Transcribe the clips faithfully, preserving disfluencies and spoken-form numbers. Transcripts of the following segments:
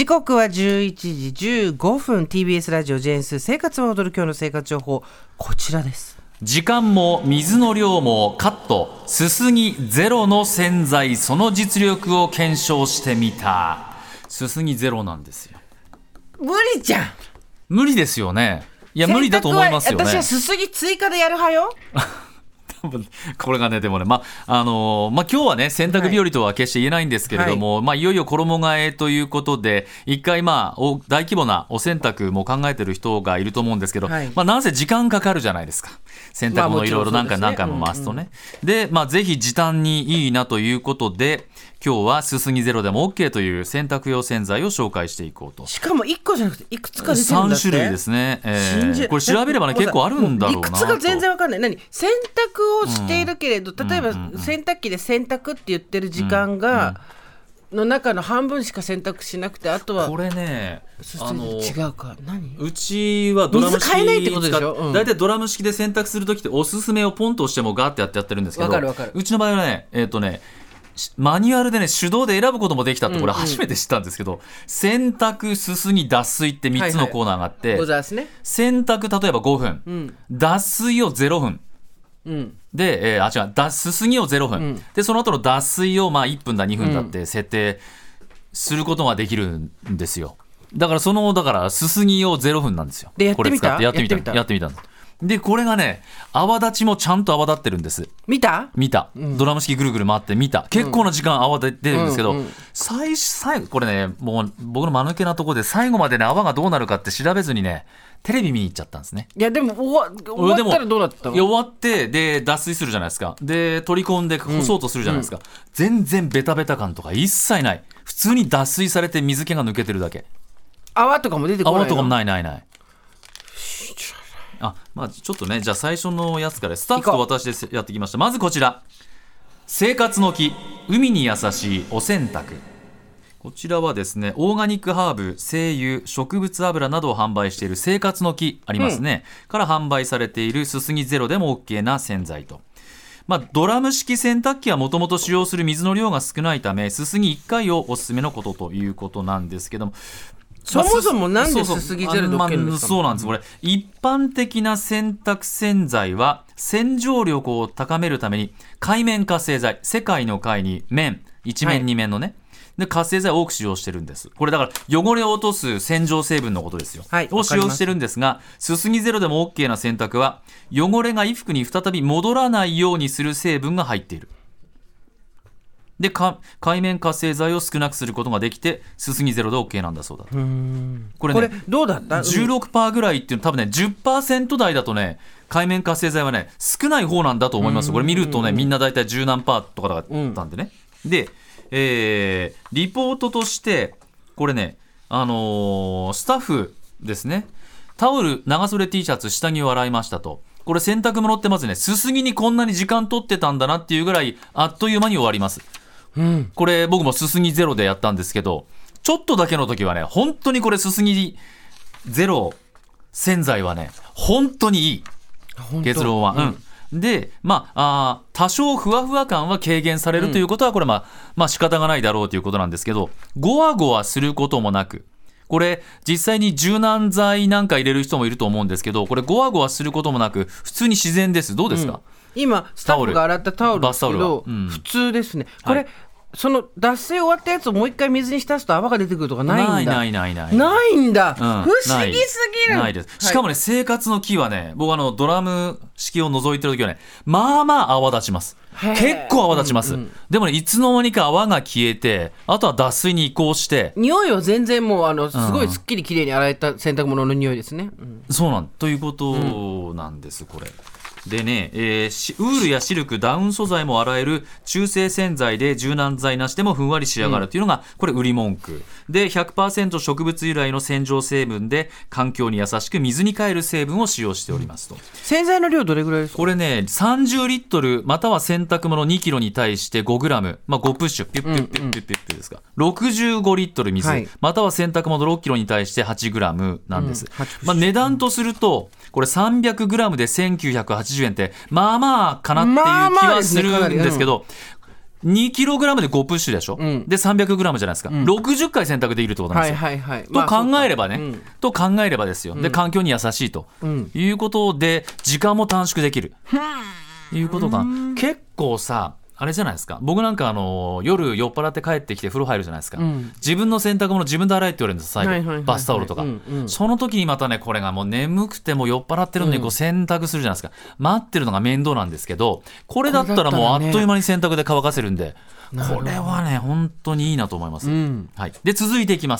刻はじゅういちじじゅうごふん ティービーエス ラジオジェーンス生活を踊る今日の生活情報、こちらです。 時間も水の量もカット、すすぎゼロの洗剤、その実力を検証してみた。すすぎゼロなんですよ。 無理じゃん。 無理ですよね。いや無理だと思いますよね。 私はすすぎ追加でやる派よ。 これがね、でもね、まあのーまあ、今日はね洗濯日和とは決して言えないんですけれども、はい、まあ、いよいよ衣替えということで一回、まあ、お大規模なお洗濯も考えてる人がいると思うんですけど、はい、まあ、なんせ時間かかるじゃないですか、洗濯物いろいろ何回何回も回すとね、うんうん、で、まあ、ぜひ時短にいいなということで今日はすすぎゼロでも OK という洗濯用洗剤を紹介していこうと。しかもいっこじゃなくていくつか出てるんだって。 さん種類ですね、えー、これ調べればね結構あるんだろうなと。 いくつか全然わかんない。何洗濯をしているけれど、うん、例えば洗濯機で洗濯って言ってる時間が、の中の半分しか洗濯しなくて、あとはこれね、 あの違うか、何うちはドラム式水変えないってことでしょ、うん、 だいたいドラム式で洗濯するときっておすすめをポンと押してもガーってやってやってるんですけど、 わかるわかる。 うちの場合はね、えっとねマニュアルでね手動で選ぶこともできたってこれ初めて知ったんですけど、うんうん、洗濯すすぎ脱水ってみっつのコーナーがあって、はいはいね、洗濯例えばごふん、うん、脱水をゼロふん、うん、で、えー、あ違う脱すすぎをゼロふん、うん、でその後の脱水をまあいっぷんだにふんだって設定することができるんですよ。だからそのだからすすぎをゼロふんなんですよ。 でやってみたこれ使ってやってみたやってみたやってみたでこれがね泡立ちもちゃんと泡立ってるんです。 見た見た、うん、ドラム式ぐるぐる回って見た。結構な時間泡出てるんですけど、うんうん、最最後これねもう僕の間抜けなところで最後までね泡がどうなるかって調べずにねテレビ見に行っちゃったんですね。 いやでも終わ、終わったらどうなったの？ いや終わってで脱水するじゃないですか。で取り込んで干そうとするじゃないですか、うんうん、全然ベタベタ感とか一切ない。普通に脱水されて水気が抜けてるだけ。 泡とかも出てこないの？ 泡とかもないないない。あ、まあ、ちょっとねじゃあ最初のやつからスタッフと私でやってきました。まずこちら、生活の木海に優しいお洗濯。こちらはですねオーガニックハーブ、精油、植物油などを販売している生活の木ありますね、うん、から販売されているすすぎゼロでも OK な洗剤と、まあ、ドラム式洗濯機はもともと使用する水の量が少ないためすすぎいっかいをおすすめのことということなんですけども、 そもそもなんですすぎゼロで OK なんですか？ そうなんです。これ一般的な洗濯洗剤は洗浄力を高めるために界面活性剤、世界の界に面一面二面のね、で活性剤を多く使用してるんです。これだから汚れを落とす洗浄成分のことですよ、はい、を使用してるんですが、すすぎゼロでも OK な洗濯は汚れが衣服に再び戻らないようにする成分が入っている。で界面活性剤を少なくすることができてすすぎゼロで OK なんだそうだと。うーんこれね、これどうだった？ じゅうろくパーセント ぐらいっていうの多分ね じゅっパーセント 台だとね界面活性剤はね少ない方なんだと思います。これ見るとねみんなだいたいじゅう何パーとかだったんでね、うん、で、えー、リポートとしてこれね、あのー、スタッフですね、タオル、長袖 T シャツ、下着を洗いましたと。これ洗濯物ってまずねすすぎにこんなに時間取ってたんだなっていうぐらいあっという間に終わります。うん、これ僕もすすぎゼロでやったんですけど、ちょっとだけの時はね本当にこれすすぎゼロ洗剤はね本当にいい。結論は、うん、でまあ、あ多少ふわふわ感は軽減されるということはこれまあ、まあ仕方がないだろうということなんですけど、ゴワゴワすることもなく、これ実際に柔軟剤なんか入れる人もいると思うんですけど、これゴワゴワすることもなく普通に自然です。どうですか？うん、 今スタッフが洗ったタオルですけど、うん、普通ですね。これ、はい、その脱水終わったやつをもう一回水に浸すと泡が出てくるとかないんだ。 ないないないないないんだ、うん、不思議すぎる。 ないです。しかもね、はい、生活の木はね僕あのドラム式を覗いてる時はねまあまあ泡立ちます。結構泡立ちます、うんうん、でもねいつの間にか泡が消えてあとは脱水に移行して匂いは全然もうあのすごいすっきりきれいに洗えた洗濯物の匂いですね、うん、 そうなんということなんです。これでね、えー、ウールやシルク、ダウン素材も洗える中性洗剤で柔軟剤なしでもふんわり仕上がるというのがこれ売り文句で ひゃくパーセント 植物由来の洗浄成分で環境に優しく水に変える成分を使用しておりますと。 洗剤の量どれぐらいですか？ これねさんじゅうリットルまたは洗濯物にキロに対してごグラム、まあ、ごプッシュピュッピュッピュッピュッピュッピュッですか、ろくじゅうごリットル水、はい、または洗濯物ろっキロに対してはちグラムなんです、うんまあ、値段とするとこれ さんびゃくグラム でせんきゅうひゃくはちじゅうえんってまあまあかなっていう気はするんですけど、 にキログラムでごプッシュでしょ、うん、で さんびゃくグラム じゃないですか、うん、ろくじゅっかい洗濯できるってことなんですよ、 はいはいはい、 と考えればね、 まあうん、 と考えればですよ、で環境に優しいと、うん、いうことで時間も短縮できる、うん、いうことが結構さあれじゃないですか。僕なんかあの夜酔っ払って帰ってきて風呂入るじゃないですか、うん、自分の洗濯物自分で洗えって言われるんです最後、はいはいはいはい、バスタオルとか、うんうん、その時にまたねこれがもう眠くても酔っ払ってるのにこう洗濯するじゃないですか、うん、待ってるのが面倒なんですけど、これだったらもうあっという間に洗濯で乾かせるんで、これはね本当にいいなと思います、うんはい、で続いていきます。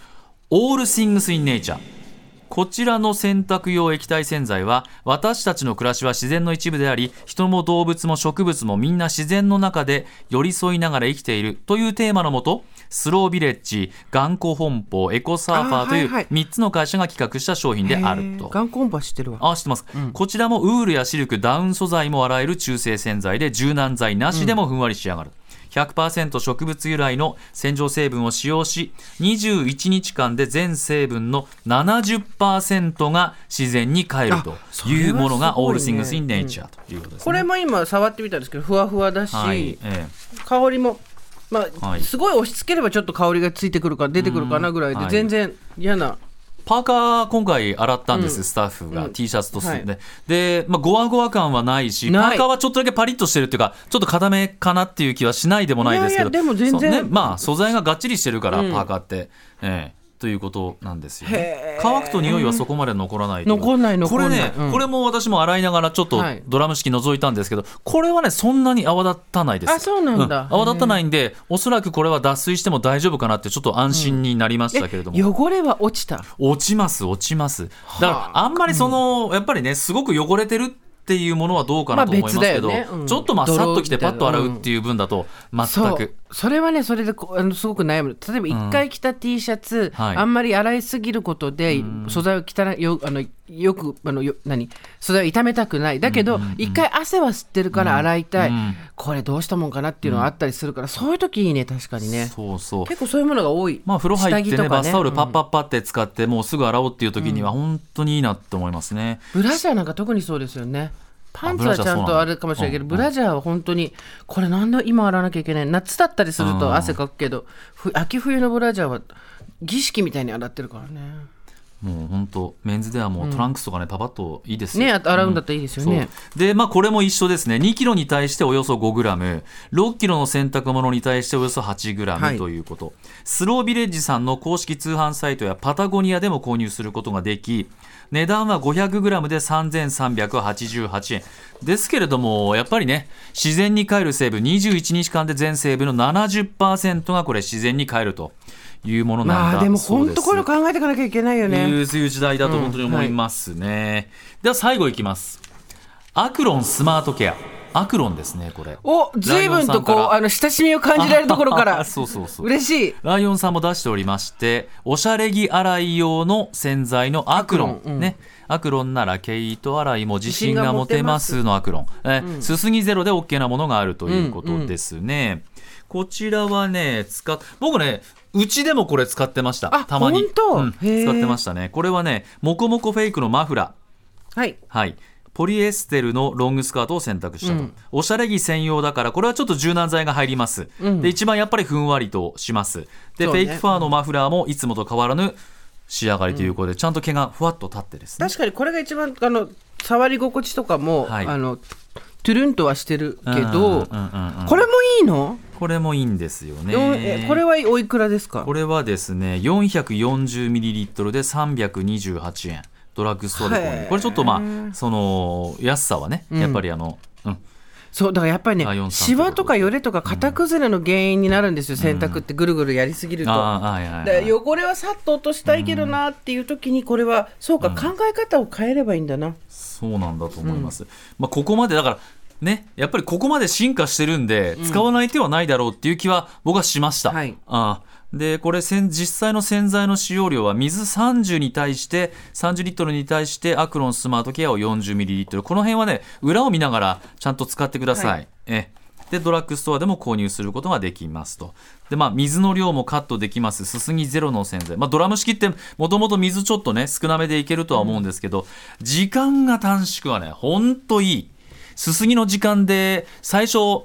All Things in Nature、こちらの洗濯用液体洗剤は私たちの暮らしは自然の一部であり、人も動物も植物もみんな自然の中で寄り添いながら生きているというテーマのもと、スロービレッジ、頑固本舗、エコサーファーというみっつの会社が企画した商品であると。 頑固本舗知ってるわ。 あ、知ってます、うん、こちらもウールやシルク、ダウン素材も洗える中性洗剤で柔軟剤なしでもふんわり仕上がる、うんひゃくパーセント 植物由来の洗浄成分を使用し、にじゅういちにちかんで全成分の ななじゅっパーセント が自然に帰るというものが All Things in Nature ということですね。 これも今触ってみたんですけどふわふわだし、はいええ、香りも、まあはい、すごい押し付ければちょっと香りがついてくるか出てくるかなぐらいで全然嫌な、 パーカー今回洗ったんです、うん、スタッフが、うん、T シャツとするんで、はい、で、まあ、ゴワゴワ感はないしない、パーカーはちょっとだけパリッとしてるっていうかちょっと硬めかなっていう気はしないでもないですけど、 いやいやでも全然、 ね、まあ素材ががっちりしてるから、うん、パーカーって、ええということなんですよね。乾くと匂いはそこまで残らないという残らない残らないこれね、うん、これも私も洗いながらちょっとドラム式覗いたんですけど、はい、これはねそんなに泡立たないです。 あ、そうなんだ、 うん、泡立たないんでおそらくこれは脱水しても大丈夫かなってちょっと安心になりましたけれども、 うん、汚れは落ちた落ちます落ちますだからあんまりその、うん、やっぱりねすごく汚れてるっていうものはどうかなと思いますけど、まあねうん、ちょっとまあさっときてパッと洗うっていう分だと全く、 そう、それはねそれであのすごく悩む。例えばいっかい着た T シャツ、うんはい、あんまり洗いすぎることで素材を汚いよあのよくあのよ何素材を傷めたくないだけどいっかい汗は吸ってるから洗いたい、うんうん、これどうしたもんかなっていうのがあったりするから、うん、そういう時いいね確かにね。 そうそう結構そういうものが多い、 まあ、風呂入ってね、ねバスタオルパッパッパって使ってもうすぐ洗おうっていう時には本当にいいなって思いますね、 うん、ブラジャーなんか特にそうですよね。パンツはちゃんとあれかもしれないけどブラジャーは本当にこれなんで今洗わなきゃいけない。夏だったりすると汗かくけど秋冬のブラジャーは儀式みたいに洗ってるからね。 もう本当メンズではもうトランクスとかね、うん、パパッといいですよね。洗うんだったらいいですよね、 うん、でまあこれも一緒ですね。にキロに対しておよそ ごグラム、 ろっキロの洗濯物に対しておよそ はちグラム ということ、はい、スロービレッジさんの公式通販サイトやパタゴニアでも購入することができ、値段は ごひゃくグラム でさんぜんさんびゃくはちじゅうはちえんですけれども、やっぱりね自然に帰る成分にじゅういちにちかんで全成分の ななじゅっパーセント がこれ自然に帰るというものなんだそうです。まあでも本当これを考えていかなきゃいけないよね。 いう時代だと本当に思いますね、うんはい、では最後いきます。アクロンスマートケア。アクロンですねこれ。 お随分とこうあの親しみを感じられるところからそうそうそう嬉しい。 ライオンさんも出しておりまして、おしゃれ着洗い用の洗剤のアクロン、アクロン、うんね、アクロンなら毛糸洗いも自信が持てますのアクロン、え、うん、すすぎゼロで OK なものがあるということですね、うんうん、こちらはね使っ僕ねうちでもこれ使ってました。たまに、うん、使ってましたね。これはねモコモコフェイクのマフラー、はい、はい、ポリエステルのロングスカートを選択したと、うん、おしゃれ着専用だからこれはちょっと柔軟剤が入ります、うん、で一番やっぱりふんわりとします。で、ね、フェイクファーのマフラーもいつもと変わらぬ仕上がりということで、うん、ちゃんと毛がふわっと立ってですね。確かにこれが一番あの触り心地とかも、はい、あのトゥルンとはしてるけど、これもいいの？ これもいいんですよね。 えこれはおいくらですか？ これはですね よんひゃくよんじゅうミリリットル でさんびゃくにじゅうはちえん、ドラッグストアで購入。これちょっとまあその安さはねやっぱりあの、うんうん、 そうだからやっぱりねシワとかよれとか型崩れの原因になるんですよ、うん、洗濯ってぐるぐるやりすぎると、うんはいはいはい、汚れはさっと落としたいけどなっていう時にこれはそうか、うん、考え方を変えればいいんだな。 そうなんだと思います、うんまあ、ここまでだからね、やっぱりここまで進化してるんで使わない手はないだろうっていう気は僕はしました、うんはい、あでこれ実際の洗剤の使用量は水さんじゅうに対してさんじゅうリットルに対してアクロンスマートケアを よんじゅうミリリットル、 この辺はね裏を見ながらちゃんと使ってください、はい、えでドラッグストアでも購入することができますと。で、まあ、水の量もカットできますすすぎゼロの洗剤、まあ、ドラム式ってもともと水ちょっとね少なめでいけるとは思うんですけど、うん、時間が短縮はねほんといい。すすぎの時間で最初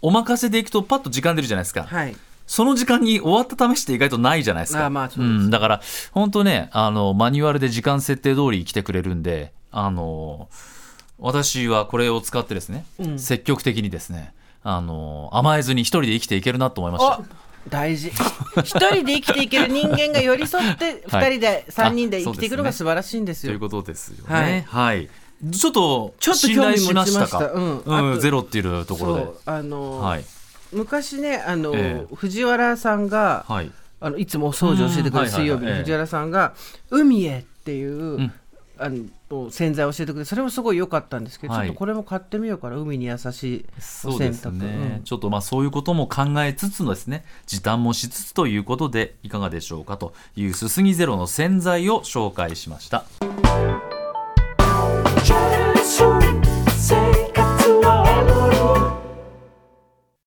お任せでいくとパッと時間出るじゃないですか、 はい、 その時間に終わった試しって意外とないじゃないですか。 あ、まあそうです。 うん、だから本当ね、あのマニュアルで時間設定通り来てくれるんで、あの私はこれを使ってですね、うん、積極的にですね、あの甘えずに一人で生きていけるなと思いました。 大事。一人で生きていける人間が寄り添ってふたりでさんにんで生きていくのが素晴らしいんですよ。 ということですよね。はい、はい、ちょっと信頼しましたか。うんうん、ゼロっていうところで、 あの、はい、昔ね、あの、えー、藤原さんが、はい、あのいつもお掃除教えてくれる水曜日の藤原さんが、えー、海へっていう、うん、あの洗剤を教えてくれて、それもすごい良かったんですけど、はい、ちょっとこれも買ってみようかな。海に優しいお洗濯。そうですね、うん、 ちょっとまあそういうことも考えつつのですね、時短もしつつということでいかがでしょうかというすすぎゼロの洗剤を紹介しました。